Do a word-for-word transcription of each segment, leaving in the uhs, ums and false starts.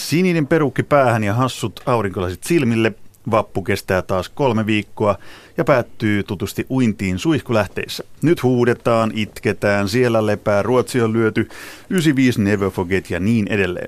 Sininen perukki päähän ja hassut aurinkolasit silmille. Vappu kestää taas kolme viikkoa ja päättyy tutusti uintiin suihkulähteissä. Nyt huudetaan, itketään, siellä lepää, Ruotsi on lyöty, yhdeksänkymmentäviisi never forget ja niin edelleen.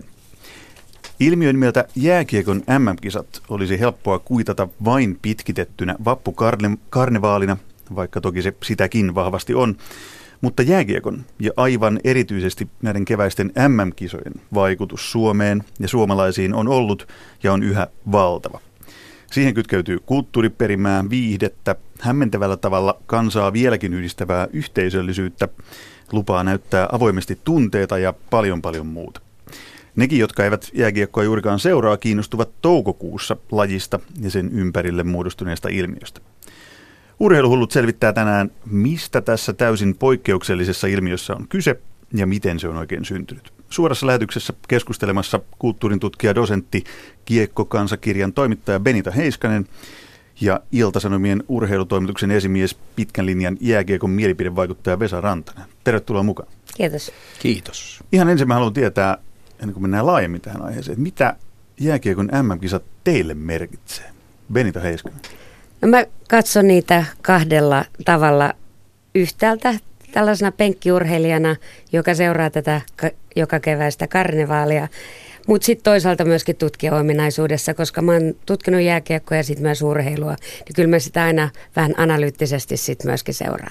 Ilmiön nimeltä jääkiekon M M-kisat olisi helppoa kuitata vain pitkitettynä vappukarnevaalina, vaikka toki se sitäkin vahvasti on. Mutta jääkiekon ja aivan erityisesti näiden keväisten M M-kisojen vaikutus Suomeen ja suomalaisiin on ollut ja on yhä valtava. Siihen kytkeytyy kulttuuriperimää, viihdettä, hämmentävällä tavalla kansaa vieläkin yhdistävää yhteisöllisyyttä, lupaa näyttää avoimesti tunteita ja paljon paljon muuta. Nekin, jotka eivät jääkiekkoa juurikaan seuraa, kiinnostuvat toukokuussa lajista ja sen ympärille muodostuneesta ilmiöstä. Urheiluhullut selvittää tänään, mistä tässä täysin poikkeuksellisessa ilmiössä on kyse ja miten se on oikein syntynyt. Suorassa lähetyksessä keskustelemassa kulttuurin tutkija, dosentti, Kiekko-kansakirjan toimittaja Benita Heiskanen ja Ilta-Sanomien urheilutoimituksen esimies, pitkän linjan jääkiekon mielipidevaikuttaja Vesa Rantanen. Tervetuloa mukaan. Kiitos. Kiitos. Ihan ensin mä haluan tietää, ennen kuin mennään laajemmin tähän aiheeseen, että mitä jääkiekon M M-kisat teille merkitsee? Benita Heiskanen. No mä katson niitä kahdella tavalla. Yhtäältä tällaisena penkkiurheilijana, joka seuraa tätä joka keväistä karnevaalia, mutta sitten toisaalta myöskin tutkijaominaisuudessa, koska mä oon tutkinut jääkiekkoa ja sitten myös urheilua, niin kyllä mä sitä aina vähän analyyttisesti sitten myöskin seuraan.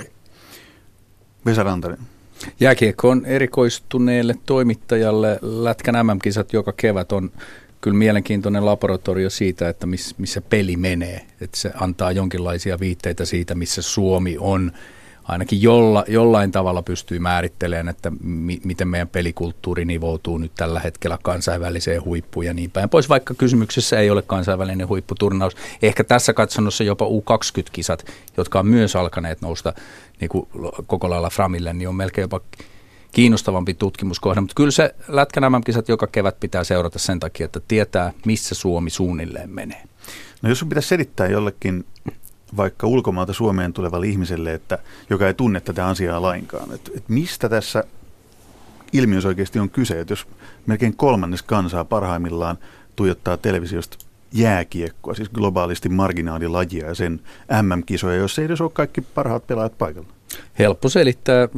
Vesa Rantanen. Jääkiekko on erikoistuneelle toimittajalle. Lätkän M M-kisat joka kevät on kyllä mielenkiintoinen laboratorio siitä, että miss, missä peli menee. Että se antaa jonkinlaisia viitteitä siitä, missä Suomi on. Ainakin jolla, jollain tavalla pystyy määrittelemään, että mi, miten meidän pelikulttuuri nivoutuu nyt tällä hetkellä kansainväliseen huippuun ja niin päin pois, vaikka kysymyksessä ei ole kansainvälinen huipputurnaus. Ehkä tässä katsonnossa jopa U kaksikymmentä-kisat, jotka on myös alkaneet nousta niin kuin koko lailla framille, niin on melkein jopa kiinnostavampi tutkimuskohde. Mutta kyllä se Lätkän M M-kisat joka kevät pitää seurata sen takia, että tietää, missä Suomi suunnilleen menee. No jos sun pitäisi selittää jollekin vaikka ulkomaalta Suomeen tulevalle ihmiselle, että, joka ei tunne tätä asiaa lainkaan. Että, että mistä tässä ilmiössä oikeasti on kyse? Että jos melkein kolmannes kansaa parhaimmillaan tuijottaa televisiosta jääkiekkoa, siis globaalisti marginaalilajia ja sen M M-kisoja, jos ei edes ole kaikki parhaat pelaajat paikalla. Helppo selittää.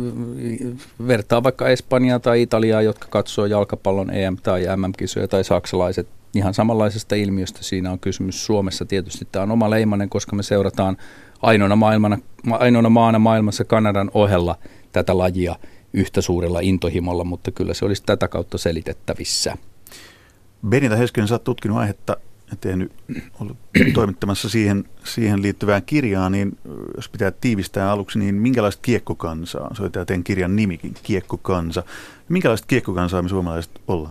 Vertaa vaikka Espanjaa tai Italiaa, jotka katsoo jalkapallon E M- tai M M-kisoja tai saksalaiset. Ihan samanlaisesta ilmiöstä siinä on kysymys. Suomessa tietysti tämä on oma leimainen, koska me seurataan ainoana, maailmana, ainoana maana maailmassa Kanadan ohella tätä lajia yhtä suurella intohimolla, mutta kyllä se olisi tätä kautta selitettävissä. Benita Heiskanen, sä oot tutkinut aihetta ja tehnyt, ollut toimittamassa siihen, siihen liittyvään kirjaan, niin jos pitää tiivistää aluksi, niin minkälaista kiekkokansaa, se oli tämä teidän kirjan nimikin, kiekkokansa, minkälaista kiekkokansaa me suomalaiset ollaan?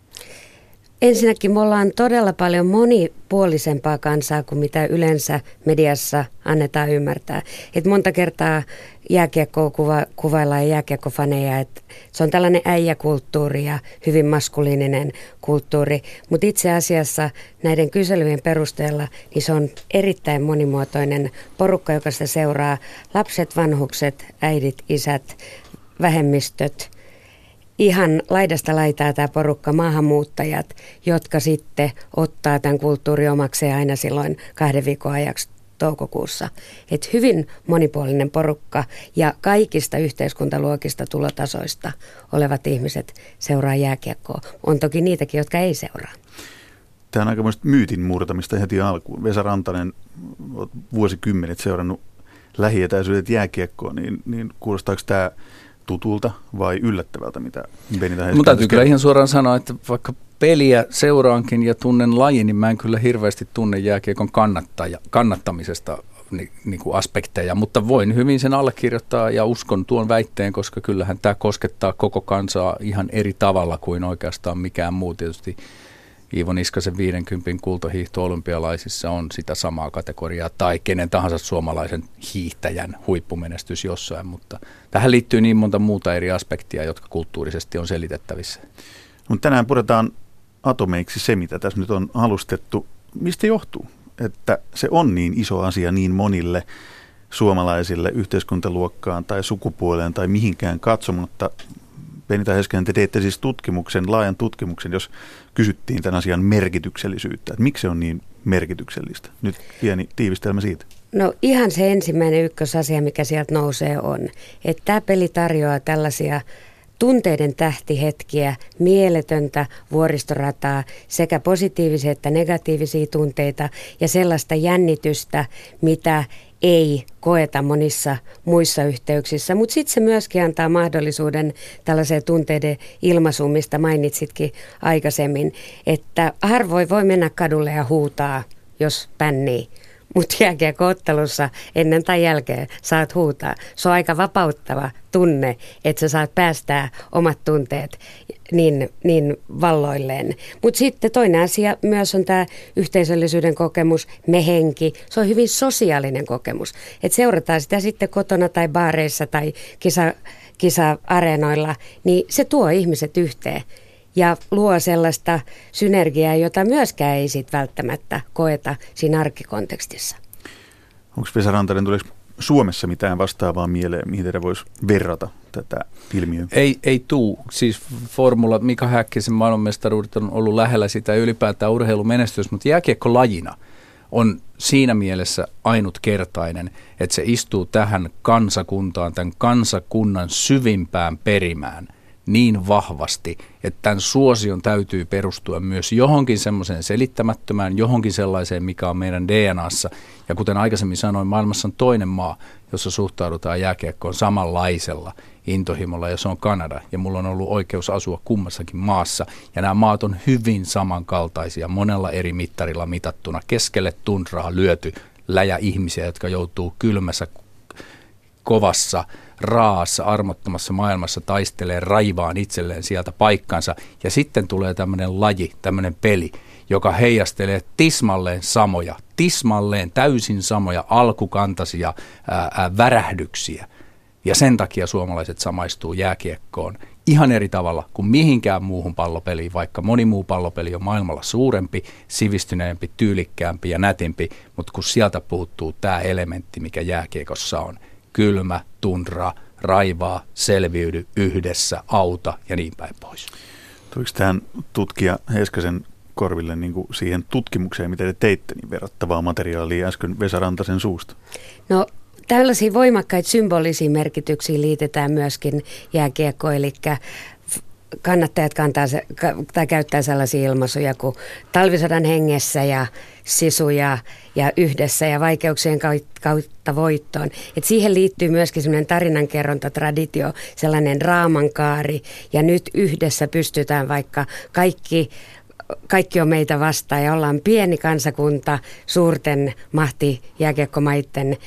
Ensinnäkin me ollaan todella paljon monipuolisempaa kansaa kuin mitä yleensä mediassa annetaan ymmärtää. Et monta kertaa jääkiekkoa kuva, kuvaillaan ja jääkiekkofaneja, että se on tällainen äijäkulttuuri ja hyvin maskuliininen kulttuuri. Mutta itse asiassa näiden kyselyjen perusteella niin se on erittäin monimuotoinen porukka, joka sitä seuraa. Lapset, vanhukset, äidit, isät, vähemmistöt. Ihan laidasta laitaa tämä porukka, maahanmuuttajat, jotka sitten ottaa tämän kulttuurin omakseen aina silloin kahden viikon ajaksi toukokuussa. Et hyvin monipuolinen porukka ja kaikista yhteiskuntaluokista tulotasoista olevat ihmiset seuraa jääkiekkoa. On toki niitäkin, jotka ei seuraa. Tämä on aikamoista myytin murtamista heti alkuun. Vesa Rantanen, olet vuosikymmenet seurannut lähietäisyydet jääkiekkoon, niin, niin kuulostaako tämä tutulta vai yllättävältä, mitä Benita Heiskanen? Mutta täytyy kyllä ihan suoraan sanoa, että vaikka peliä seuraankin ja tunnen lajin, niin mä en kyllä hirveästi tunne jääkiekon kannattaja, kannattamisesta ni, niin kuin aspekteja, mutta voin hyvin sen allekirjoittaa ja uskon tuon väitteen, koska kyllähän tämä koskettaa koko kansaa ihan eri tavalla kuin oikeastaan mikään muu. Tietysti Iivo Niskasen viidenkympin kultahiihto olympialaisissa on sitä samaa kategoriaa tai kenen tahansa suomalaisen hiihtäjän huippumenestys jossain, mutta tähän liittyy niin monta muuta eri aspektia, jotka kulttuurisesti on selitettävissä. Mutta tänään puretaan atomeiksi se, mitä tässä nyt on alustettu. Mistä johtuu, että se on niin iso asia niin monille suomalaisille yhteiskuntaluokkaan tai sukupuoleen tai mihinkään katsomatta? Benita Heiskanen, te teette siis tutkimuksen, laajan tutkimuksen, jos kysyttiin tämän asian merkityksellisyyttä. Että miksi se on niin merkityksellistä? Nyt pieni tiivistelmä siitä. No ihan se ensimmäinen ykkösasia, mikä sieltä nousee on, että tämä peli tarjoaa tällaisia tunteiden tähtihetkiä, mieletöntä vuoristorataa, sekä positiivisia että negatiivisia tunteita ja sellaista jännitystä, mitä ei koeta monissa muissa yhteyksissä. Mutta sitten se myöskin antaa mahdollisuuden tällaiseen tunteiden ilmaisuun, mistä mainitsitkin aikaisemmin, että harvoin voi mennä kadulle ja huutaa, jos pännii. Mutta jääkiekko-ottelussa ennen tai jälkeen saat huutaa. Se on aika vapauttava tunne, että sä saat päästää omat tunteet niin, niin valloilleen. Mutta sitten toinen asia myös on tämä yhteisöllisyyden kokemus, mehenki. Se on hyvin sosiaalinen kokemus. Että seurataan sitä sitten kotona tai baareissa tai kisa, kisa-areenoilla, niin se tuo ihmiset yhteen. Ja luo sellaista synergiaa, jota myöskään ei sit välttämättä koeta siinä arkikontekstissa. Onko Vesa Rantanen, tuleeko Suomessa mitään vastaavaa mieleen, mihin teidän voisi verrata tätä ilmiöä? Ei, ei tuu. Siis formula, Mika Häkkisen maailmanmestaruudet on ollut lähellä sitä ylipäätään urheilumenestys, mutta jääkiekko lajina on siinä mielessä ainutkertainen, että se istuu tähän kansakuntaan, tämän kansakunnan syvimpään perimään niin vahvasti, että tämän suosion täytyy perustua myös johonkin semmoiseen selittämättömään, johonkin sellaiseen, mikä on meidän D N A:ssa. Ja kuten aikaisemmin sanoin, maailmassa on toinen maa, jossa suhtaudutaan jääkiekkoon samanlaisella intohimolla, ja se on Kanada. Ja mulla on ollut oikeus asua kummassakin maassa. Ja nämä maat on hyvin samankaltaisia, monella eri mittarilla mitattuna. Keskelle tundraa lyöty läjä ihmisiä, jotka joutuu kylmässä, kovassa, raassa, armottomassa maailmassa taistelee raivaan itselleen sieltä paikkansa. Ja sitten tulee tämmöinen laji, tämmöinen peli, joka heijastelee tismalleen samoja, tismalleen täysin samoja alkukantaisia ää, ää, värähdyksiä. Ja sen takia suomalaiset samaistuu jääkiekkoon ihan eri tavalla kuin mihinkään muuhun pallopeliin, vaikka moni muu pallopeli on maailmalla suurempi, sivistyneempi, tyylikkäämpi ja nätimpi, mutta kun sieltä puuttuu tämä elementti, mikä jääkiekossa on, kylmä, tundra, raivaa, selviydy, yhdessä, auta ja niin päin pois. Tuliko tähän tutkija Heiskasen korville niin kuin siihen tutkimukseen, mitä te teitte, niin verrattavaa materiaalia äsken Vesa Rantasen suusta? No tällaisia voimakkaita symbolisia merkityksiä liitetään myöskin jääkiekkoon, eli kannattajat kantaa se, tai käyttää sellaisia ilmaisuja kuin talvisodan hengessä ja sisu ja, ja yhdessä ja vaikeuksien kautta voittoon. Et siihen liittyy myöskin sellainen tarinankerrontatraditio, sellainen raamankaari, ja nyt yhdessä pystytään, vaikka kaikki Kaikki on meitä vastaan ja ollaan pieni kansakunta suurten mahtijääkiekkomaiden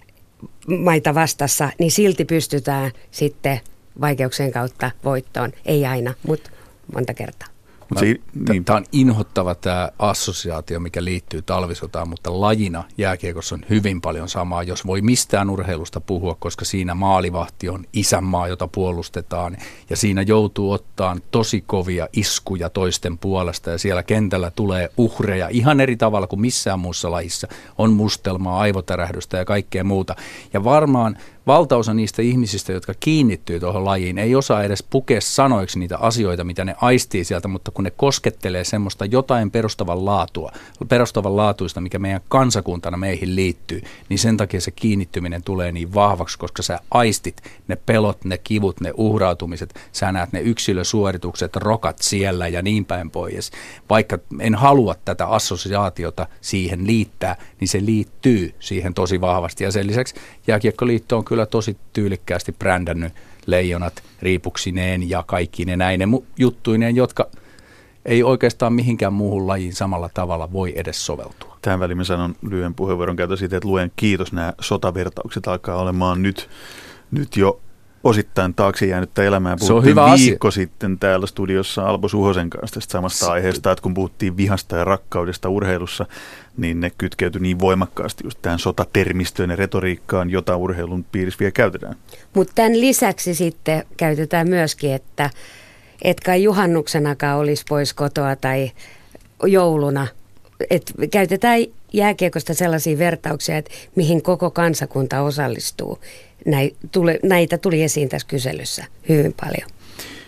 maita vastassa, niin silti pystytään sitten vaikeuksien kautta voittoon. Ei aina, mutta monta kertaa. Mä, niin. Tämä on inhottava tämä assosiaatio, mikä liittyy talvisotaan, mutta lajina jääkiekossa on hyvin paljon samaa, jos voi mistään urheilusta puhua, koska siinä maalivahti on isänmaa, jota puolustetaan, ja siinä joutuu ottaan tosi kovia iskuja toisten puolesta, ja siellä kentällä tulee uhreja ihan eri tavalla kuin missään muussa lajissa. On mustelmaa, aivotärähdystä ja kaikkea muuta. Ja varmaan valtaosa niistä ihmisistä, jotka kiinnittyy tuohon lajiin, ei osaa edes pukea sanoiksi niitä asioita, mitä ne aistii sieltä, mutta kun ne koskettelee semmoista jotain perustavan laatua, perustavan laatuista, mikä meidän kansakuntana meihin liittyy, niin sen takia se kiinnittyminen tulee niin vahvaksi, koska sä aistit ne pelot, ne kivut, ne uhrautumiset, sä näet ne yksilösuoritukset, rokat siellä ja niin päin pois. Vaikka en halua tätä assosiaatiota siihen liittää, niin se liittyy siihen tosi vahvasti, ja sen lisäksi Jääkiekkoliitto on kyllä tosi tyylikkäästi brändännyt leijonat riipuksineen ja kaikki ne näin juttuineen, jotka ei oikeastaan mihinkään muuhun lajiin samalla tavalla voi edes soveltua. Tähän väliin mä sanon lyhyen puheenvuoron käytön siitä, että luen kiitos. Nämä sotavertaukset alkaa olemaan nyt, nyt jo osittain taakse jäänyttä elämää. Puhuttiin viikko asia. sitten täällä studiossa Alpo Suhosen kanssa tästä samasta Sitten. aiheesta, että kun puhuttiin vihasta ja rakkaudesta urheilussa, niin ne kytkeytyi niin voimakkaasti just tähän sotatermistöön ja retoriikkaan, jota urheilun piirissä vielä käytetään. Mutta tämän lisäksi sitten käytetään myöskin, että et kai juhannuksenakaan olisi pois kotoa tai jouluna. Et käytetään jääkiekosta sellaisia vertauksia, että mihin koko kansakunta osallistuu. Näitä tuli esiin tässä kyselyssä hyvin paljon.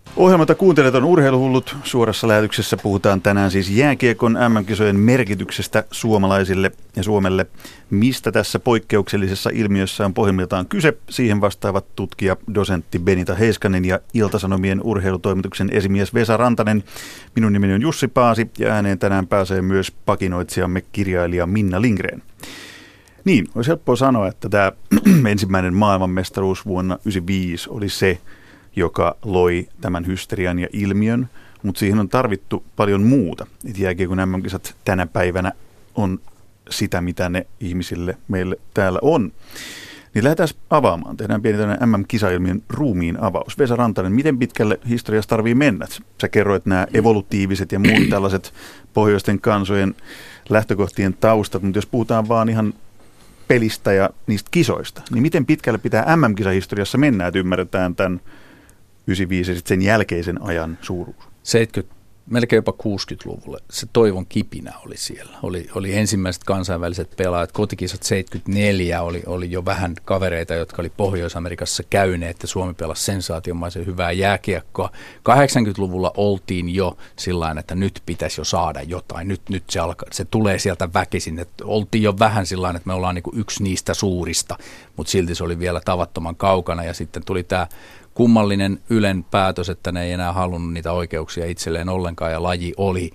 Ohjelmata kuuntelet on Urheiluhullut. Suorassa lähetyksessä puhutaan tänään siis jääkiekon äm äm-kisojen merkityksestä suomalaisille ja Suomelle. Mistä tässä poikkeuksellisessa ilmiössä on pohjimmiltaan kyse? Siihen vastaavat tutkija, dosentti Benita Heiskanen ja Ilta-Sanomien urheilutoimituksen esimies Vesa Rantanen. Minun nimeni on Jussi Paasi ja ääneen tänään pääsee myös pakinoitsijamme kirjailija Minna Lindgren. Niin, olisi helppoa sanoa, että tämä ensimmäinen maailmanmestaruus vuonna yhdeksänkymmentäviisi oli se, joka loi tämän hysterian ja ilmiön, mutta siihen on tarvittu paljon muuta. Et jääkiekon äm äm-kisat tänä päivänä on sitä, mitä ne ihmisille meille täällä on. Niin lähdetään avaamaan. Tehdään pieni tämmöinen äm äm-kisailmiön ruumiin avaus. Vesa Rantanen, miten pitkälle historiassa tarvii mennä? Sä kerroit nämä evolutiiviset ja muut tällaiset pohjoisten kansojen lähtökohtien taustat, mutta jos puhutaan vaan ihan pelistä ja niistä kisoista, niin miten pitkälle pitää äm äm-kisahistoriassa mennä, että ymmärretään tämän yhdeksänkymmentäviisi ja sitten sen jälkeisen ajan suuruus? seitsemänkymmentä, melkein jopa kuusikymmentäluvulle se toivon kipinä oli siellä. Oli, oli ensimmäiset kansainväliset pelaajat. Kotikisat seitsemänkymmentäneljä oli, oli jo vähän kavereita, jotka oli Pohjois-Amerikassa käyneet, että Suomi pelasi sensaatiomaisen hyvää jääkiekkoa. kahdeksankymmentäluvulla oltiin jo sillain, että nyt pitäisi jo saada jotain. Nyt, nyt se, alkaa, se tulee sieltä väkisin. Että oltiin jo vähän sillain, että me ollaan niin kuin yksi niistä suurista, mutta silti se oli vielä tavattoman kaukana. Ja sitten tuli tämä kummallinen Ylen päätös, että ne ei enää halunnut niitä oikeuksia itselleen ollenkaan ja laji oli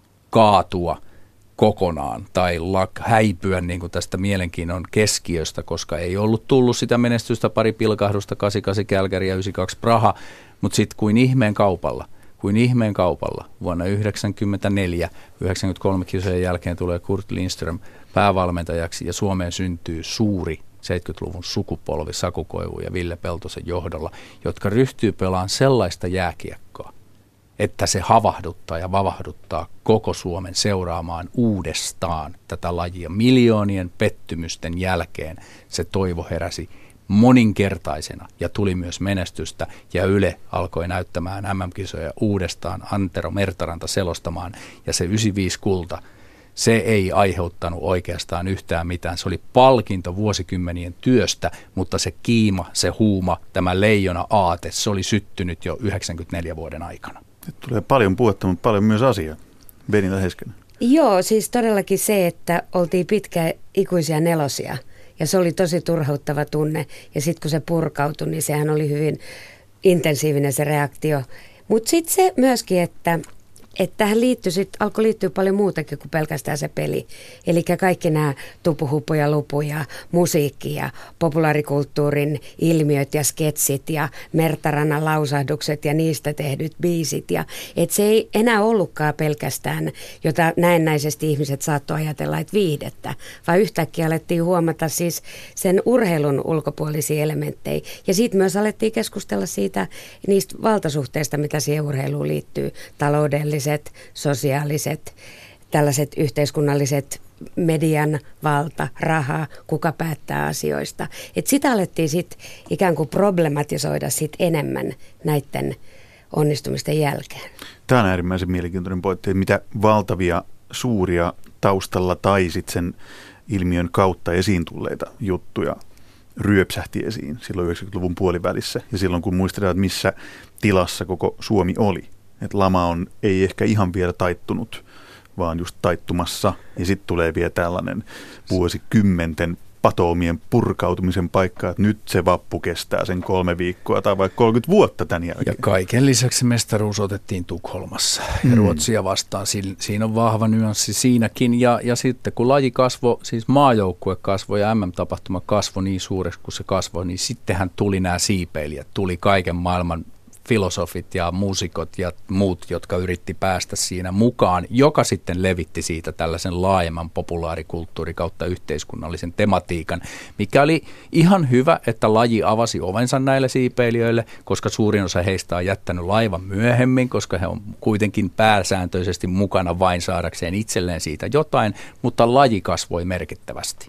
kaatua kokonaan tai lak, häipyä niin kuin tästä mielenkiinnon keskiöstä, koska ei ollut tullut sitä menestystä, pari pilkahdusta, kahdeksankymmentäkahdeksan Kälkäri ja yhdeksänkymmentäkaksi Praha, mutta sitten kuin ihmeen kaupalla, kuin ihmeen kaupalla vuonna yhdeksänkymmentäneljä, yhdeksänkymmentäkolme kisojen jälkeen tulee Kurt Lindström päävalmentajaksi ja Suomeen syntyy suuri seitsemänkymmentäluvun sukupolvi Saku Koivu ja Ville Peltosen johdolla, jotka ryhtyy pelaamaan sellaista jääkiekkoa, että se havahduttaa ja vavahduttaa koko Suomen seuraamaan uudestaan tätä lajia. Miljoonien pettymysten jälkeen se toivo heräsi moninkertaisena ja tuli myös menestystä ja Yle alkoi näyttämään äm äm-kisoja uudestaan, Antero Mertaranta selostamaan ja se yhdeksänkymmentäviisi kulta. Se ei aiheuttanut oikeastaan yhtään mitään. Se oli palkinto vuosikymmenien työstä, mutta se kiima, se huuma, tämä leijona aate, se oli syttynyt jo yhdeksänkymmentäneljä vuoden aikana. Nyt tulee paljon puhetta, mutta paljon myös asiaa. Benita Heiskanen. Joo, siis todellakin se, että oltiin pitkäikuisia nelosia ja se oli tosi turhauttava tunne. Ja sitten kun se purkautui, niin sehän oli hyvin intensiivinen se reaktio. Mutta sitten se myöskin, että Että tähän liittyi sit, alkoi liittyä paljon muutakin kuin pelkästään se peli. Eli kaikki nämä tupuhupu ja lupu ja musiikki ja populaarikulttuurin ilmiöt ja sketsit ja Mertarannan lausahdukset ja niistä tehdyt biisit. Ja, et se ei enää ollutkaan pelkästään, jota näennäisesti ihmiset saattoi ajatella, että viihdettä, vaan yhtäkkiä alettiin huomata siis sen urheilun ulkopuolisia elementtejä. Ja sitten myös alettiin keskustella siitä niistä valtasuhteista, mitä siihen urheiluun liittyy, taloudelliset, sosiaaliset, tällaiset yhteiskunnalliset, median valta, raha, kuka päättää asioista. Et sitä alettiin sitten ikään kuin problematisoida sit enemmän näiden onnistumisten jälkeen. Tämä on äärimmäisen mielenkiintoinen pointti, että mitä valtavia, suuria taustalla tai sitten sen ilmiön kautta esiin tulleita juttuja ryöpsähti esiin silloin yhdeksänkymmentäluvun puolivälissä ja silloin kun muistetaan, että missä tilassa koko Suomi oli. Että lama on, ei ehkä ihan vielä taittunut, vaan just taittumassa. Ja sitten tulee vielä tällainen vuosikymmenten patoomien purkautumisen paikka, että nyt se vappu kestää sen kolme viikkoa tai vaikka kolmekymmentä vuotta tämän jälkeen. Ja kaiken lisäksi mestaruus otettiin Tukholmassa ja mm. Ruotsia vastaan. Siinä on vahva nyanssi siinäkin. Ja, ja sitten kun laji kasvoi, siis maajoukkue kasvoi ja äm äm-tapahtuma kasvoi niin suureksi kuin se kasvoi, niin sittenhän tuli nämä siipeilijät, tuli kaiken maailman filosofit ja muusikot ja muut, jotka yritti päästä siinä mukaan, joka sitten levitti siitä tällaisen laajemman populaarikulttuuri kautta yhteiskunnallisen tematiikan, mikä oli ihan hyvä, että laji avasi ovensa näille siipeilijöille, koska suurin osa heistä on jättänyt laivan myöhemmin, koska he on kuitenkin pääsääntöisesti mukana vain saadakseen itselleen siitä jotain, mutta laji kasvoi merkittävästi.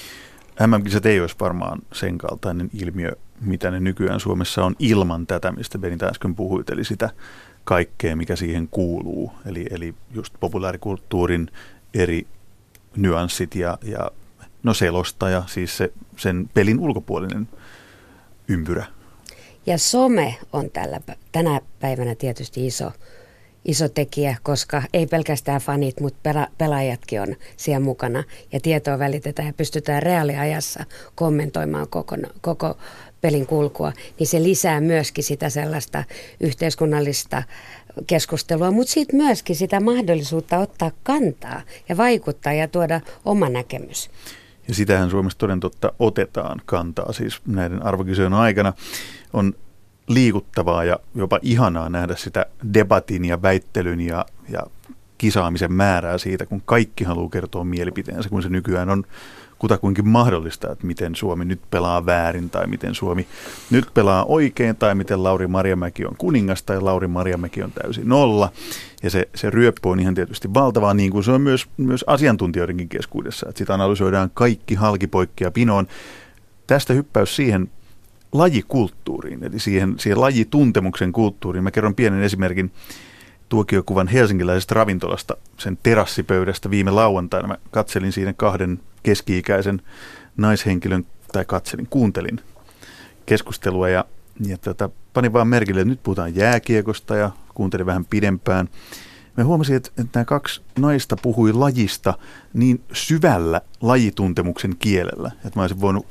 äm äm-kisat ei olisi varmaan sen kaltainen ilmiö, mitä ne nykyään Suomessa on ilman tätä, mistä Benita äsken puhuit, eli sitä kaikkea, mikä siihen kuuluu. Eli, eli just populaarikulttuurin eri nyanssit ja, ja no selostaja, siis se, sen pelin ulkopuolinen ympyrä. Ja some on tällä, tänä päivänä tietysti iso, iso tekijä, koska ei pelkästään fanit, mutta pela- pelaajatkin on siellä mukana. Ja tietoa välitetään ja pystytään reaaliajassa kommentoimaan koko, koko pelin kulkua. Niin se lisää myöskin sitä sellaista yhteiskunnallista keskustelua, mutta sitten myöskin sitä mahdollisuutta ottaa kantaa ja vaikuttaa ja tuoda oma näkemys. Ja sitähän Suomessa toden totta otetaan kantaa, siis näiden arvokisojen aikana on liikuttavaa ja jopa ihanaa nähdä sitä debatin ja väittelyn ja, ja kisaamisen määrää siitä, kun kaikki haluaa kertoa mielipiteensä, kun se nykyään on kutakuinkin mahdollista, että miten Suomi nyt pelaa väärin tai miten Suomi nyt pelaa oikein tai miten Lauri Marjamäki on kuningas tai Lauri Marjamäki on täysin nolla. Ja se, se ryöppy on ihan tietysti valtavaa, niin kuin se on myös, myös asiantuntijoidenkin keskuudessa, että sitä analysoidaan kaikki halki poikki ja pinoon. Tästä hyppäys siihen lajikulttuuriin, eli siihen, siihen lajituntemuksen kulttuuriin. Mä kerron pienen esimerkin tuokiokuvan helsinkiläisestä ravintolasta, sen terassipöydästä viime lauantaina. Mä katselin siinä kahden keski-ikäisen naishenkilön, tai katselin, kuuntelin keskustelua ja, ja tota, panin vaan merkille, että nyt puhutaan jääkiekosta ja kuuntelin vähän pidempään. Mä huomasin, että, että nämä kaksi naista puhui lajista niin syvällä lajituntemuksen kielellä, että mä olisin voinut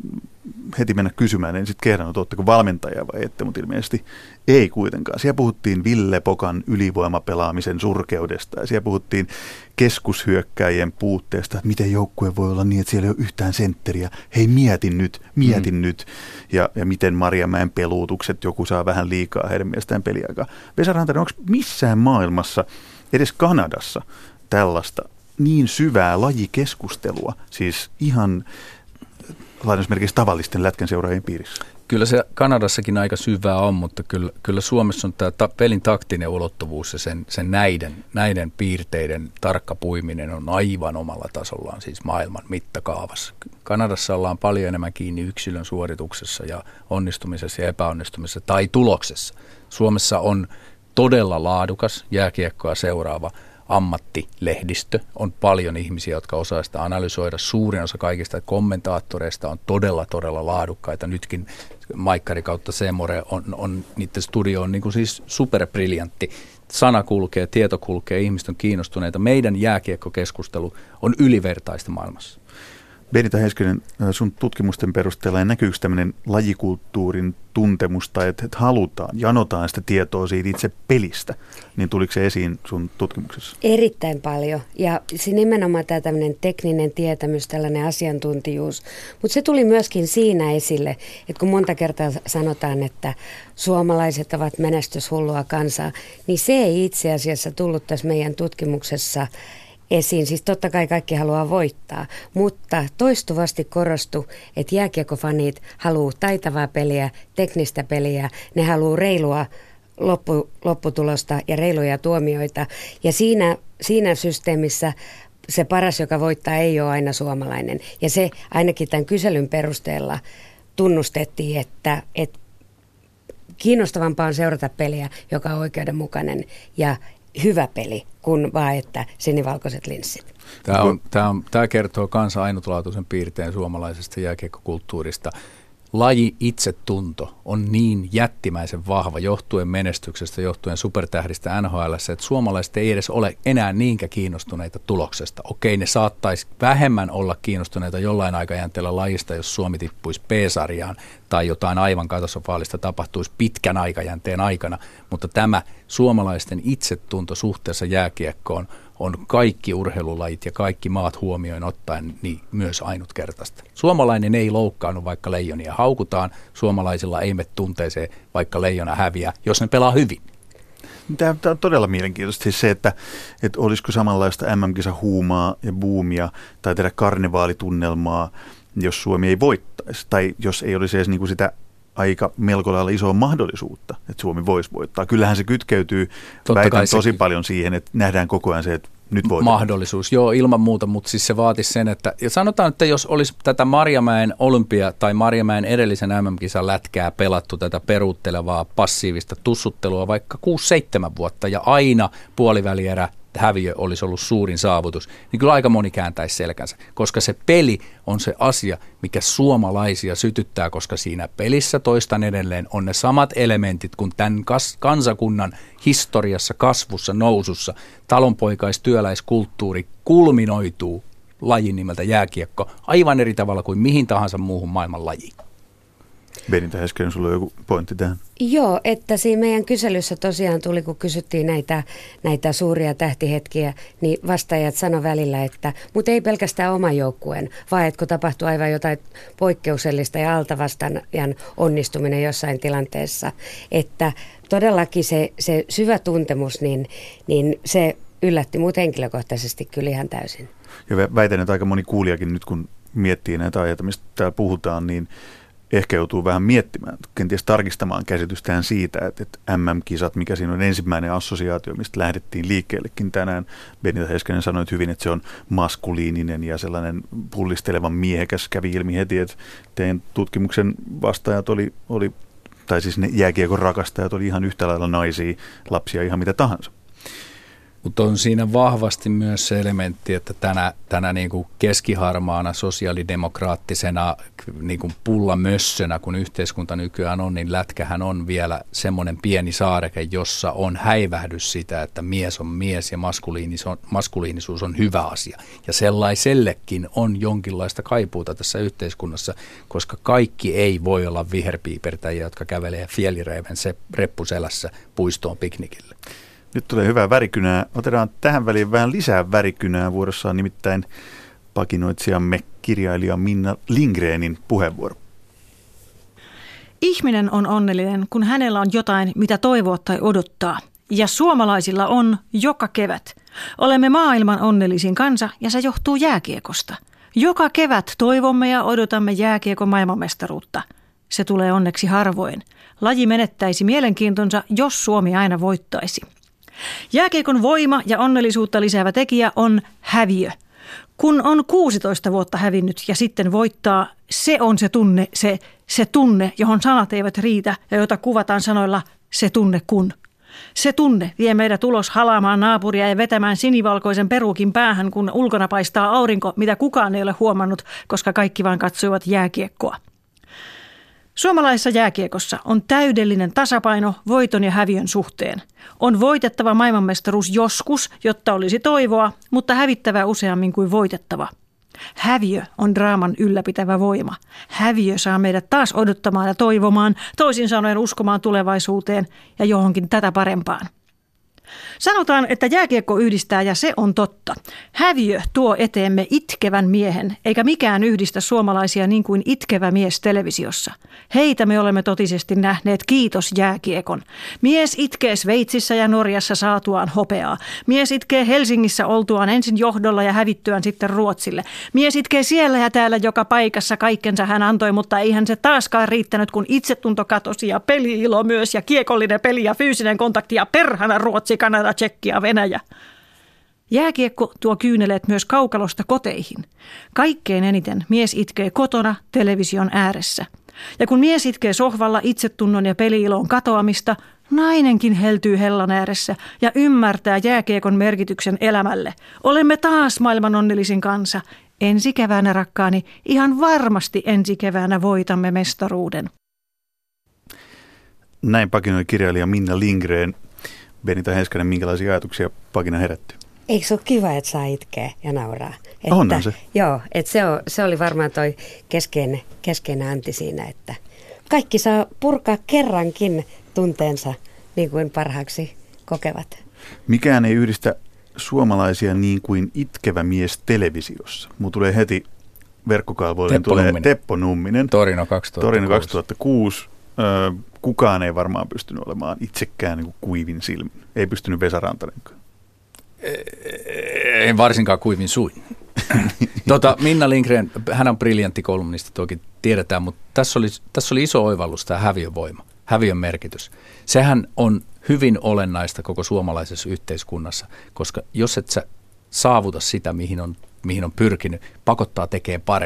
heti mennä kysymään, en sitten kehdannut, ootteko valmentajaa vai ette, mutta ilmeisesti ei kuitenkaan. Siellä puhuttiin Ville Pokan ylivoimapelaamisen surkeudesta ja siellä puhuttiin keskushyökkäjien puutteesta, että miten joukkue voi olla niin, että siellä ei ole yhtään sentteriä. Hei, mietin nyt, mietin mm. nyt. Ja, ja miten Marjamäen peluutukset, joku saa vähän liikaa heidän mielestään peliaikaa. Vesa Rantanen, onko missään maailmassa, edes Kanadassa, tällaista niin syvää lajikeskustelua, siis ihan lainausmerkeissä tavallisten lätkänseuraajien piirissä? Kyllä se Kanadassakin aika syvää on, mutta kyllä, kyllä Suomessa on tämä ta, pelin taktinen ulottuvuus ja sen, sen näiden, näiden piirteiden tarkka puiminen on aivan omalla tasollaan, siis maailman mittakaavassa. Kanadassa ollaan paljon enemmän kiinni yksilön suorituksessa ja onnistumisessa ja epäonnistumisessa tai tuloksessa. Suomessa on todella laadukas jääkiekkoa seuraava ammattilehdistö. On paljon ihmisiä, jotka osaa sitä analysoida. Suurin osa kaikista kommentaattoreista on todella, todella laadukkaita. Nytkin Maikkari kautta Semore on, on niiden studio on niin kuin siis superbriljantti. Sana kulkee, tieto kulkee, ihmiset on kiinnostuneita. Meidän jääkiekkokeskustelu on ylivertaista maailmassa. Benita Heiskanen, sun tutkimusten perusteella näkyykö tämmöinen lajikulttuurin tuntemus tai että, että halutaan, janotaan sitä tietoa siitä itse pelistä, niin tuliko se esiin sun tutkimuksessa? Erittäin paljon ja se nimenomaan tämä tämmöinen tekninen tietämys, tällainen asiantuntijuus, mutta se tuli myöskin siinä esille, että kun monta kertaa sanotaan, että suomalaiset ovat menestyshullua kansaa, niin se ei itse asiassa tullut tässä meidän tutkimuksessa esiin. Siis totta kai kaikki haluaa voittaa, mutta toistuvasti korostui, että jääkiekkofanit haluaa taitavaa peliä, teknistä peliä, ne haluaa reilua loppu, lopputulosta ja reiluja tuomioita. Ja siinä, siinä systeemissä se paras, joka voittaa, ei ole aina suomalainen. Ja se ainakin tämän kyselyn perusteella tunnustettiin, että, että kiinnostavampaa on seurata peliä, joka on oikeudenmukainen ja hyvä peli, kun vaan että sinivalkoiset linssit. Tämä, on, tämä, on, tämä kertoo kanssa ainutlaatuisen piirteen suomalaisesta jääkiekkokulttuurista. Laji itsetunto on niin jättimäisen vahva johtuen menestyksestä, johtuen supertähdistä N H L:ssä, että suomalaiset ei edes ole enää niinkä kiinnostuneita tuloksesta. Okei, ne saattaisi vähemmän olla kiinnostuneita jollain aikajänteellä lajista, jos Suomi tippuisi P-sarjaan tai jotain aivan katastrofaalista tapahtuisi pitkän aikajänteen aikana, mutta tämä suomalaisten itsetunto suhteessa jääkiekkoon on kaikki urheilulajit ja kaikki maat huomioon ottaen niin myös ainutkertaista. Suomalainen ei loukkaannut, vaikka leijonia haukutaan. Suomalaisilla ei mene tunteeseen, vaikka leijona häviää, jos ne pelaa hyvin. Tämä on todella mielenkiintoista. Siis se, että, että olisiko samanlaista M M-kisahuumaa ja boomia tai tehdä karnevaalitunnelmaa, jos Suomi ei voittaisi. Tai jos ei olisi edes niin kuin sitä aika melko lailla isoa mahdollisuutta, että Suomi voisi voittaa. Kyllähän se kytkeytyy väitän tosi se paljon siihen, että nähdään koko ajan se, että nyt voitetaan. Mahdollisuus, joo, ilman muuta, mutta siis se vaatisi sen, että ja sanotaan, että jos olisi tätä Marjamäen olympia tai Marjamäen edellisen M M-kisan lätkää pelattu tätä peruuttelevaa passiivista tussuttelua vaikka kuusi seitsemän vuotta ja aina puolivälierä että häviö olisi ollut suurin saavutus, niin kyllä aika moni kääntäisi selkänsä, koska se peli on se asia, mikä suomalaisia sytyttää, koska siinä pelissä toistan edelleen on ne samat elementit kuin tämän kas- kansakunnan historiassa, kasvussa, nousussa. Talonpoikaistyöläiskulttuuri kulminoituu lajin nimeltä jääkiekko aivan eri tavalla kuin mihin tahansa muuhun maailman lajiin. Benita Heiskanen, sulla on joku pointti tähän? Joo, että siinä meidän kyselyssä tosiaan tuli, kun kysyttiin näitä, näitä suuria tähtihetkiä, niin vastaajat sanoi välillä, että mutta ei pelkästään oman joukkueen, vaan että kun tapahtuu aivan jotain poikkeuksellista ja altavastaajan onnistuminen jossain tilanteessa, että todellakin se, se syvä tuntemus, niin, niin se yllätti mut henkilökohtaisesti kyllä ihan täysin. Ja väitän, että aika moni kuulijakin nyt kun miettii näitä aiheita, mistä täällä puhutaan, niin ehkä joutuu vähän miettimään, kenties tarkistamaan käsitystään siitä, että, että M M-kisat, mikä siinä on ensimmäinen assosiaatio, mistä lähdettiin liikkeellekin tänään. Benita Heiskanen sanoi hyvin, että se on maskuliininen ja sellainen pullistelevan miehekäs. Kävi ilmi heti, että teidän tutkimuksen vastaajat oli, oli tai siis ne jääkiekon rakastajat oli ihan yhtä lailla naisia, lapsia, ihan mitä tahansa. Mutta on siinä vahvasti myös se elementti, että tänä, tänä niin kuin keskiharmaana sosiaalidemokraattisena niin kuin pullamössönä, kun yhteiskunta nykyään on, niin lätkähän on vielä semmoinen pieni saareke, jossa on häivähdys sitä, että mies on mies ja maskuliinis on, maskuliinisuus on hyvä asia. Ja sellaisellekin on jonkinlaista kaipuuta tässä yhteiskunnassa, koska kaikki ei voi olla viherpiipertäjiä, jotka kävelee Fjällräven se reppuselässä puistoon piknikille. Nyt tulee hyvää värikynää. Otetaan tähän väliin vähän lisää värikynää. Vuorossa on nimittäin pakinoitsijamme kirjailija Minna Lindgrenin puheenvuoro. Ihminen on onnellinen, kun hänellä on jotain, mitä toivoa tai odottaa. Ja suomalaisilla on joka kevät. Olemme maailman onnellisin kansa ja se johtuu jääkiekosta. Joka kevät toivomme ja odotamme jääkiekon maailmanmestaruutta. Se tulee onneksi harvoin. Laji menettäisi mielenkiintonsa, jos Suomi aina voittaisi. Jääkiekon voima ja onnellisuutta lisäävä tekijä on häviö. Kun on kuusitoista vuotta hävinnyt ja sitten voittaa, se on se tunne, se, se tunne, johon sanat eivät riitä ja jota kuvataan sanoilla se tunne kun. Se tunne vie meidät ulos halaamaan naapuria ja vetämään sinivalkoisen perukin päähän, kun ulkona paistaa aurinko, mitä kukaan ei ole huomannut, koska kaikki vain katsoivat jääkiekkoa. Suomalaisessa jääkiekossa on täydellinen tasapaino voiton ja häviön suhteen. On voitettava maailmanmestaruus joskus, jotta olisi toivoa, mutta hävittävä useammin kuin voitettava. Häviö on draaman ylläpitävä voima. Häviö saa meidät taas odottamaan ja toivomaan, toisin sanoen uskomaan tulevaisuuteen ja johonkin tätä parempaan. Sanotaan, että jääkiekko yhdistää ja se on totta. Häviö tuo eteemme itkevän miehen, eikä mikään yhdistä suomalaisia niin kuin itkevä mies televisiossa. Heitä me olemme totisesti nähneet, kiitos jääkiekon. Mies itkee Sveitsissä ja Norjassa saatuaan hopeaa. Mies itkee Helsingissä oltuaan ensin johdolla ja hävittyään sitten Ruotsille. Mies itkee siellä ja täällä joka paikassa, kaikkensa hän antoi, mutta eihän se taaskaan riittänyt, kun itsetunto katosi ja peli-ilo myös ja kiekollinen peli ja fyysinen kontakti ja perhana Ruotsi, Kanada, Tšekki ja Venäjä. Jääkiekko tuo kyyneleet myös kaukalosta koteihin. Kaikkein eniten mies itkee kotona television ääressä. Ja kun mies itkee sohvalla itsetunnon ja peli-ilon katoamista, nainenkin heltyy hellan ääressä ja ymmärtää jääkiekon merkityksen elämälle. Olemme taas maailman onnellisin kansa. Ensi keväänä, rakkaani, ihan varmasti ensi keväänä voitamme mestaruuden. Näin pakinoi kirjailija Minna Lindgren. Benita Heiskanen, minkälaisia ajatuksia pakina herätty? Eikö se ole kiva, että saa itkeä ja nauraa? Että, Onhan se. Joo, että se, on, se oli varmaan toi keskeinen, keskeinen anti siinä, että kaikki saa purkaa kerrankin tunteensa niin kuin parhaaksi kokevat. Mikään ei yhdistä suomalaisia niin kuin itkevä mies televisiossa. Mulla tulee heti verkkokalvoille Teppo tulee Numminen. Teppo Numminen. Torino kaksituhattakuusi. Torino kaksituhattakuusi. Öö, kukaan ei varmaan pystynyt olemaan itsekään niin kuin kuivin silmin. Ei pystynyt Vesa Rantanenkaan. Ei varsinkaan kuivin suin. tota, Minna Lindgren, hän on briljantti kolumnisti, toki tiedetään, mutta tässä oli, tässä oli iso oivallus tämä häviön voima, häviön merkitys. Sehän on hyvin olennaista koko suomalaisessa yhteiskunnassa, koska jos et sä saavuta sitä, mihin on, mihin on pyrkinyt, pakottaa tekemään paremmin.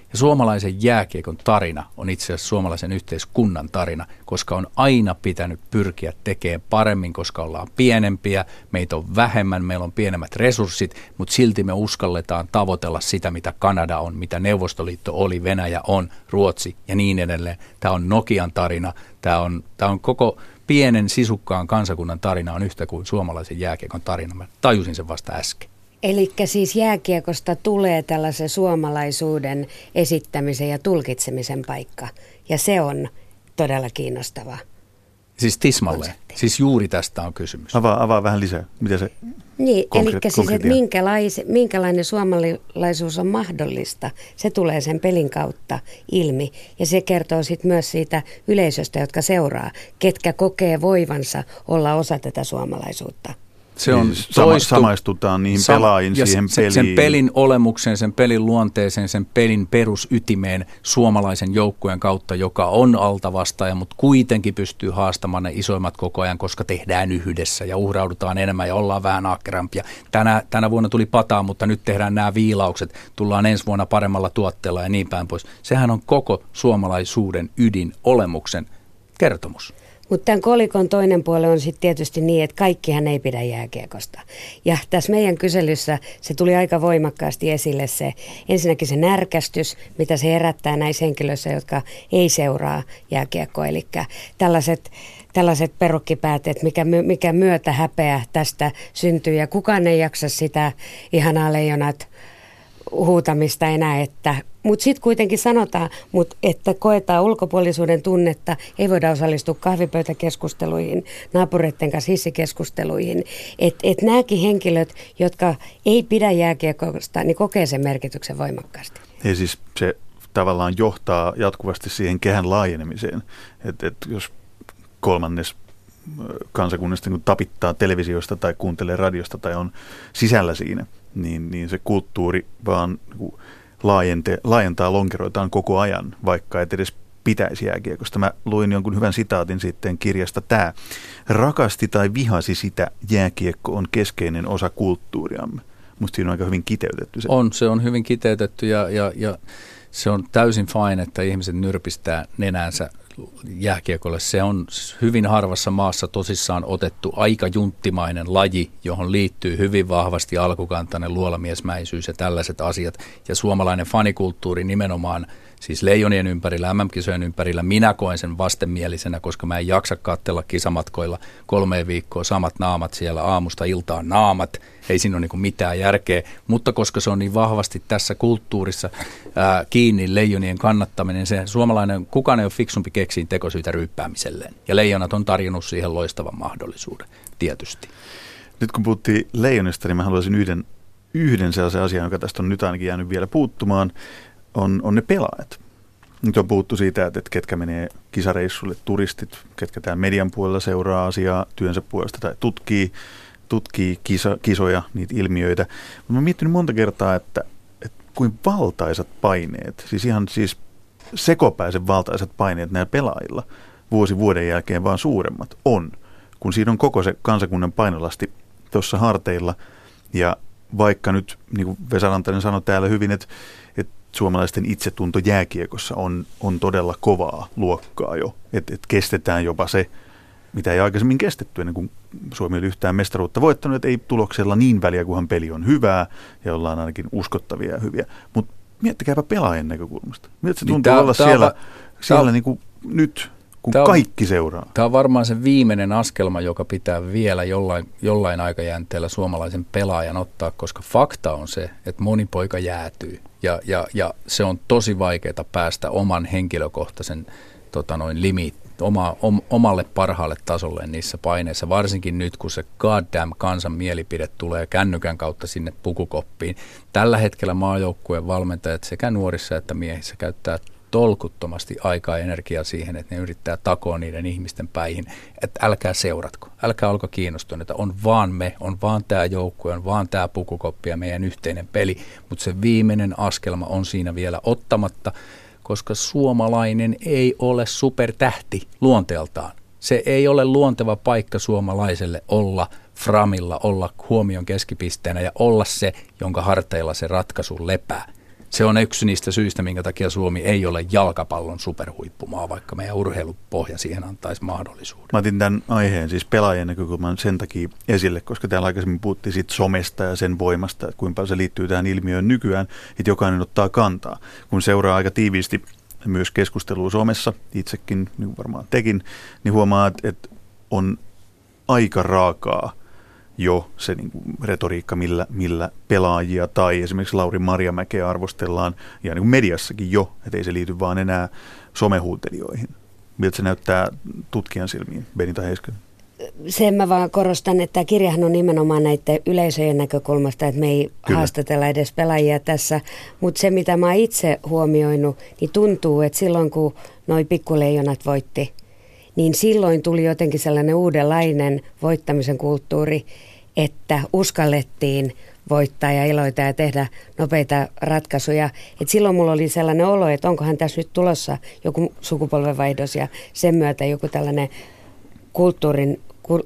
Ja suomalaisen jääkiekon tarina on itse asiassa suomalaisen yhteiskunnan tarina, koska on aina pitänyt pyrkiä tekemään paremmin, koska ollaan pienempiä, meitä on vähemmän, meillä on pienemmät resurssit, mutta silti me uskalletaan tavoitella sitä, mitä Kanada on, mitä Neuvostoliitto oli, Venäjä on, Ruotsi ja niin edelleen. Tämä on Nokian tarina, tämä on, tämä on koko pienen sisukkaan kansakunnan tarina on yhtä kuin suomalaisen jääkiekon tarina. Mä tajusin sen vasta äsken. Eli siis jääkiekosta tulee tällaisen suomalaisuuden esittämisen ja tulkitsemisen paikka, ja se on todella kiinnostavaa. Siis tismalleen. Siis juuri tästä on kysymys. Avaa, avaa vähän lisää. Mitä se Niin, konkre- eli siis, että minkälais, minkälainen suomalaisuus on mahdollista, se tulee sen pelin kautta ilmi. Ja se kertoo sitten myös siitä yleisöstä, jotka seuraa, ketkä kokee voivansa olla osa tätä suomalaisuutta. Se on siis toistu, samaistutaan niihin sama, pelaajiin, siihen se, peliin. Sen pelin olemukseen, sen pelin luonteeseen, sen pelin perusytimeen suomalaisen joukkueen kautta, joka on altavastaaja, mutta kuitenkin pystyy haastamaan ne isoimmat koko ajan, koska tehdään yhdessä ja uhraudutaan enemmän ja ollaan vähän ahkerampia. Tänä, tänä vuonna tuli pataa, mutta nyt tehdään nämä viilaukset, tullaan ensi vuonna paremmalla tuotteella ja niin päin pois. Sehän on koko suomalaisuuden ydin olemuksen kertomus. Mutta tämän kolikon toinen puoli on sitten tietysti niin, että kaikkihan ei pidä jääkiekosta. Ja tässä meidän kyselyssä se tuli aika voimakkaasti esille se, ensinnäkin se närkästys, mitä se herättää näissä henkilöissä, jotka ei seuraa jääkiekkoa. Eli tällaiset, tällaiset perukkipäätteet, mikä, mikä myötä häpeä tästä syntyy ja kukaan ei jaksa sitä ihanaa leijonat huutamista enää, että mutta sitten kuitenkin sanotaan, mut, että koetaan ulkopuolisuuden tunnetta, ei voida osallistua kahvipöytäkeskusteluihin, naapureiden kanssa hissikeskusteluihin. Että et nämäkin henkilöt, jotka ei pidä jääkiekosta, niin kokee sen merkityksen voimakkaasti. Ja siis se tavallaan johtaa jatkuvasti siihen kehän laajenemiseen, että et jos kolmannes kansakunnasta kun tapittaa televisiosta tai kuuntelee radiosta tai on sisällä siinä, niin, niin se kulttuuri vaan laajente, laajentaa lonkeroitaan koko ajan, vaikka et edes pitäisi jääkiekosta. Mä luin jonkun hyvän sitaatin sitten kirjasta tämä. Rakasti tai vihasi sitä, jääkiekko on keskeinen osa kulttuuriamme. Musta siinä on aika hyvin kiteytetty se. On, se on hyvin kiteytetty ja, ja, ja se on täysin fine, että ihmiset nyrpistää nenänsä jääkiekolle. Se on hyvin harvassa maassa tosissaan otettu aika junttimainen laji, johon liittyy hyvin vahvasti alkukantainen luolamiesmäisyys ja tällaiset asiat. Ja suomalainen fanikulttuuri nimenomaan, siis leijonien ympärillä, M M-kisojen ympärillä, minä koen sen vastenmielisenä, koska mä en jaksa katsella kisamatkoilla kolmeen viikkoa samat naamat siellä aamusta iltaan naamat. Ei siinä ole niin kuin mitään järkeä, mutta koska se on niin vahvasti tässä kulttuurissa ää, kiinni leijonien kannattaminen, se suomalainen, kukaan ei ole fiksumpi keksiin tekosyitä ryyppäämiselleen. Ja leijonat on tarjonnut siihen loistavan mahdollisuuden, tietysti. Nyt kun puhuttiin leijonista, niin mä haluaisin yhden, yhden sellaisen asian, joka tästä on nyt ainakin jäänyt vielä puuttumaan, on, on ne pelaajat. Nyt on puhuttu siitä, että ketkä menee kisareissulle, turistit, ketkä täällä median puolella seuraa asiaa työnsä puolesta tai tutkii, tutkii kisa, kisoja, niitä ilmiöitä. Mä oon miettinyt monta kertaa, että, että kuin valtaisat paineet, siis ihan siis sekopäisen valtaisat paineet näillä pelaajilla vuosi vuoden jälkeen vaan suuremmat on, kun siinä on koko se kansakunnan painolasti tuossa harteilla. Ja vaikka nyt, niin kuin Vesa Rantanen sanoi täällä hyvin, että, että suomalaisten itsetunto jääkiekossa on, on todella kovaa luokkaa jo, että, että kestetään jopa se, mitä ei aikaisemmin kestetty ennen kuin Suomi oli yhtään mestaruutta voittanut, että ei tuloksella niin väliä, kunhan peli on hyvää ja ollaan ainakin uskottavia ja hyviä. Mutta miettikääpä pelaajien näkökulmasta. Miltä se tuntuu niin tää, olla tää siellä, va- siellä tää, niin kuin nyt, kun tää kaikki on, seuraa? Tämä on varmaan se viimeinen askelma, joka pitää vielä jollain, jollain aikajänteellä suomalaisen pelaajan ottaa, koska fakta on se, että moni poika jäätyy. Ja, ja, ja se on tosi vaikeaa päästä oman henkilökohtaisen tota noin, limiittiin. Oma, om, omalle parhaalle tasolle niissä paineissa, varsinkin nyt, kun se goddamn kansan mielipide tulee kännykän kautta sinne pukukoppiin. Tällä hetkellä maajoukkueen valmentajat sekä nuorissa että miehissä käyttää tolkuttomasti aikaa ja energiaa siihen, että ne yrittää takoa niiden ihmisten päihin, että älkää seuratko, älkää olko kiinnostuneita, on vaan me, on vaan tämä joukkue, on vaan tämä pukukoppi ja meidän yhteinen peli, mutta se viimeinen askelma on siinä vielä ottamatta, koska suomalainen ei ole supertähti luonteeltaan. Se ei ole luonteva paikka suomalaiselle olla framilla, olla huomion keskipisteenä ja olla se, jonka harteilla se ratkaisu lepää. Se on yksi niistä syistä, minkä takia Suomi ei ole jalkapallon superhuippumaa, vaikka meidän urheilupohja siihen antaisi mahdollisuuden. Mä otin tämän aiheen, siis pelaajien näkökulman sen takia esille, koska täällä aikaisemmin puhuttiin siitä somesta ja sen voimasta, että kuinka paljon se liittyy tähän ilmiöön nykyään, että jokainen ottaa kantaa. Kun seuraa aika tiiviisti myös keskustelua somessa, itsekin, niin varmaan tekin, niin huomaa, että on aika raakaa jo se niin kuin retoriikka, millä, millä pelaajia tai esimerkiksi Lauri Marjamäkeä arvostellaan, ja niin kuin mediassakin jo, että ei se liity vaan enää somehuutelijoihin. Miltä se näyttää tutkijan silmiin, Benita Heiskanen? Sen mä vaan korostan, että tämä kirjahan on nimenomaan näiden yleisöjen näkökulmasta, että me ei Kyllä. haastatella edes pelaajia tässä. Mutta se, mitä mä oon itse huomioinut, niin tuntuu, että silloin kun noi pikkuleijonat voitti, niin silloin tuli jotenkin sellainen uudenlainen voittamisen kulttuuri, että uskallettiin voittaa ja iloita ja tehdä nopeita ratkaisuja. Et silloin mulla oli sellainen olo, että onkohan tässä nyt tulossa joku sukupolvenvaihdos ja sen myötä joku tällainen kulttuurin,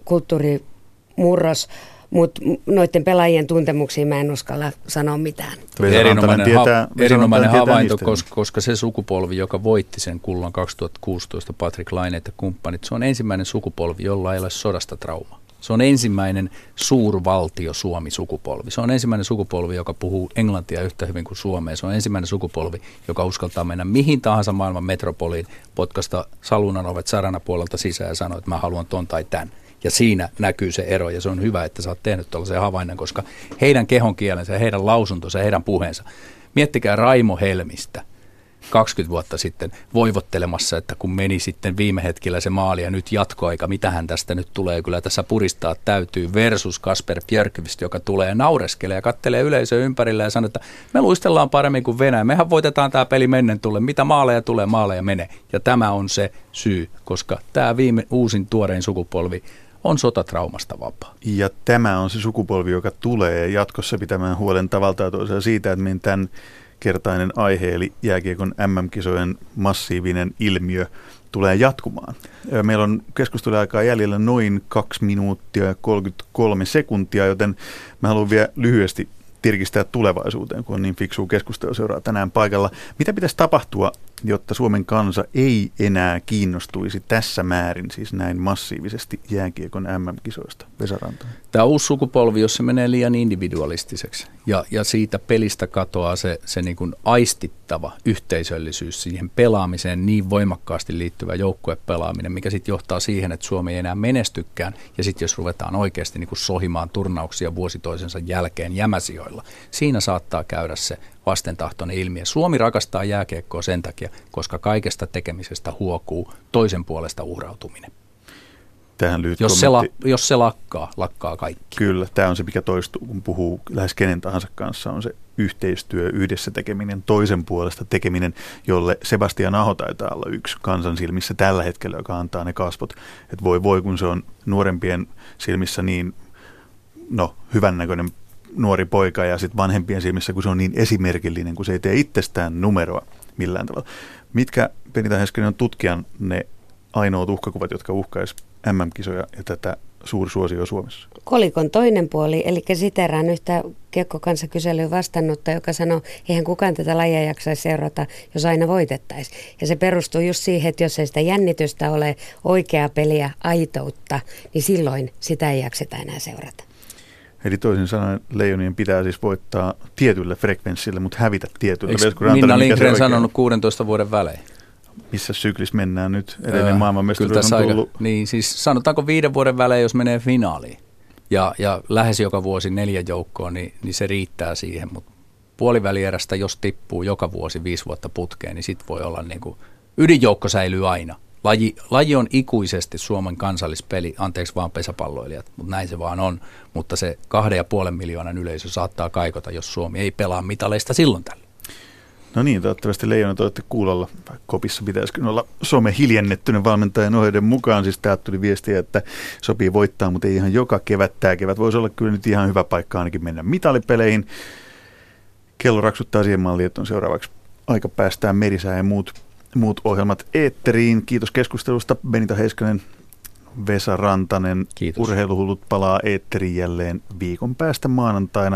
kulttuurimurros, mutta noiden pelaajien tuntemuksiin mä en uskalla sanoa mitään. Erinomainen, tietää, ha- erinomainen havainto, koska, koska se sukupolvi, joka voitti sen kullan kaksituhattakuusitoista, Patrick Laine ja kumppanit, se on ensimmäinen sukupolvi, jolla ei ole sodasta traumaa. Se on ensimmäinen suurvaltio Suomi-sukupolvi. Se on ensimmäinen sukupolvi, joka puhuu englantia yhtä hyvin kuin suomea. Se on ensimmäinen sukupolvi, joka uskaltaa mennä mihin tahansa maailman metropoliin, potkasta salunan ovet saranapuolelta sisään ja sanoa, että mä haluan ton tai tän. Ja siinä näkyy se ero, ja se on hyvä, että sä oot tehnyt tuollaisen havainnan, koska heidän kehonkielensä, heidän lausuntonsa, heidän puheensa. Miettikää Raimo Helmistä kaksikymmentä vuotta sitten voivottelemassa, että kun meni sitten viime hetkellä se maali ja nyt jatkoaika, mitähän tästä nyt tulee, kyllä tässä puristaa täytyy, versus Kasper Björkqvist, joka tulee ja naureskelee ja kattelee yleisöä ympärillä ja sanoo, että me luistellaan paremmin kuin Venäjä, mehän voitetaan tämä peli mennen tulle, mitä maaleja tulee, maaleja menee. Ja tämä on se syy, koska tämä viime uusin tuorein sukupolvi on sotatraumasta vapaa. Ja tämä on se sukupolvi, joka tulee jatkossa pitämään huolen tavalta ja toisella siitä, että meidän tämän kertainen aihe, eli jääkiekon äm äm-kisojen massiivinen ilmiö, tulee jatkumaan. Meillä on keskusteluaikaa jäljellä noin kaksi minuuttia ja kolmekymmentäkolme sekuntia, joten mä haluan vielä lyhyesti tirkistää tulevaisuuteen, kun on niin fiksua keskustelua seuraa tänään paikalla. Mitä pitäisi tapahtua, jotta Suomen kansa ei enää kiinnostuisi tässä määrin, siis näin massiivisesti jääkiekon äm äm-kisoista? Vesa Rantanen. Tämä uusi sukupolvi, jos se menee liian individualistiseksi ja, ja siitä pelistä katoaa se, se niin kuin aistittava yhteisöllisyys, siihen pelaamiseen niin voimakkaasti liittyvä joukkuepelaaminen, mikä sitten johtaa siihen, että Suomi ei enää menestykään, ja sitten jos ruvetaan oikeasti niin kuin sohimaan turnauksia vuosi toisensa jälkeen jämäsijoilla, siinä saattaa käydä se vastentahtoinen ilmiö. Suomi rakastaa jääkiekkoa sen takia, koska kaikesta tekemisestä huokuu toisen puolesta uhrautuminen. Tähän lyhyt jos, se la, jos se lakkaa, lakkaa kaikki. Kyllä, tämä on se, mikä toistuu, kun puhuu lähes kenen tahansa kanssa, on se yhteistyö, yhdessä tekeminen, toisen puolesta tekeminen, jolle Sebastian Aho taitaa olla yksi kansan silmissä tällä hetkellä, joka antaa ne kasvot. Että voi voi, kun se on nuorempien silmissä niin no, hyvännäköinen nuori poika ja sitten vanhempien silmissä, kun se on niin esimerkillinen, kun se ei tee itsestään numeroa millään tavalla. Mitkä, Benita Heiskanen, on tutkijan ne ainoat uhkakuvat, jotka uhkaisi äm äm-kisoja ja tätä suursuosioa Suomessa? Kolikon toinen puoli, eli siteraan yhtä kiekkokansakyselyyn vastannutta, joka sanoo, eihän kukaan tätä lajia jaksaisi seurata, jos aina voitettaisiin. Ja se perustuu just siihen, että jos ei sitä jännitystä ole, oikeaa peliä, aitoutta, niin silloin sitä ei jakseta enää seurata. Eli toisin sanoen Leijonien pitää siis voittaa tietylle frekvenssille, mutta hävitä tietylle. Eikö Minna Lindgren sanonut kuudentoista vuoden välein? Missä syklissä mennään nyt? Edellinen maailmanmestaruus on tullut. Aika, niin siis sanotaanko viiden vuoden välein, jos menee finaaliin ja, ja lähes joka vuosi neljä joukkoa, niin, niin se riittää siihen. Mutta puolivälierästä, jos tippuu joka vuosi viisi vuotta putkeen, niin sitten voi olla niin kuin ydinjoukko säilyy aina. Laji, laji on ikuisesti Suomen kansallispeli, anteeksi vaan pesäpalloilijat, mutta näin se vaan on. Mutta se kahden ja puolen miljoonan yleisö saattaa kaikota, jos Suomi ei pelaa mitaleista silloin tällä. No niin, toivottavasti Leijonat olette kuulolla. Kopissa pitäisikin olla some hiljennettyinen valmentajan ohjeiden mukaan. Siis täältä tuli viestiä, että sopii voittaa, mutta ei ihan joka kevät. Tämä kevät voisi olla kyllä nyt ihan hyvä paikka ainakin mennä mitalipeleihin. Kello raksuttaa siihen malliin, että on seuraavaksi aika päästään Merisää ja muut, muut ohjelmat eetteriin. Kiitos keskustelusta, Benita Heiskanen, Vesa Rantanen. Kiitos. Urheiluhullut palaa eetteriin jälleen viikon päästä maanantaina.